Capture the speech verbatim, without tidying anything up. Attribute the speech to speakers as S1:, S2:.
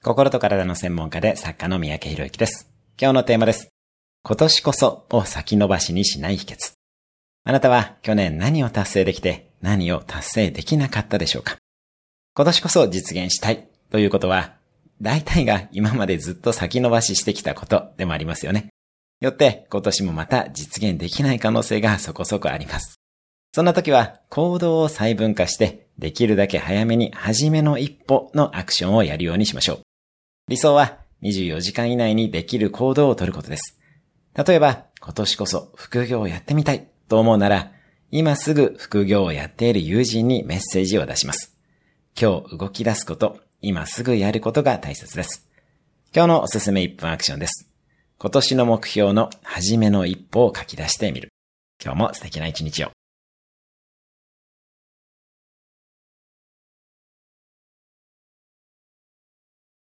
S1: 心と体の専門家で作家の三宅宏之です。今日のテーマです。今年こそを先延ばしにしない秘訣。あなたは去年何を達成できて何を達成できなかったでしょうか？今年こそ実現したいということは、大体が今までずっと先延ばししてきたことでもありますよね。よって今年もまた実現できない可能性がそこそこあります。そんな時は行動を細分化してできるだけ早めに初めの一歩のアクションをやるようにしましょう。理想はにじゅうよじかん以内にできる行動を取ることです。例えば今年こそ副業をやってみたいと思うなら、今すぐ副業をやっている友人にメッセージを出します。今日動き出すこと、今すぐやることが大切です。今日のおすすめいっぷんアクションです。今年の目標の初めの一歩を書き出してみる。今日も素敵な一日を。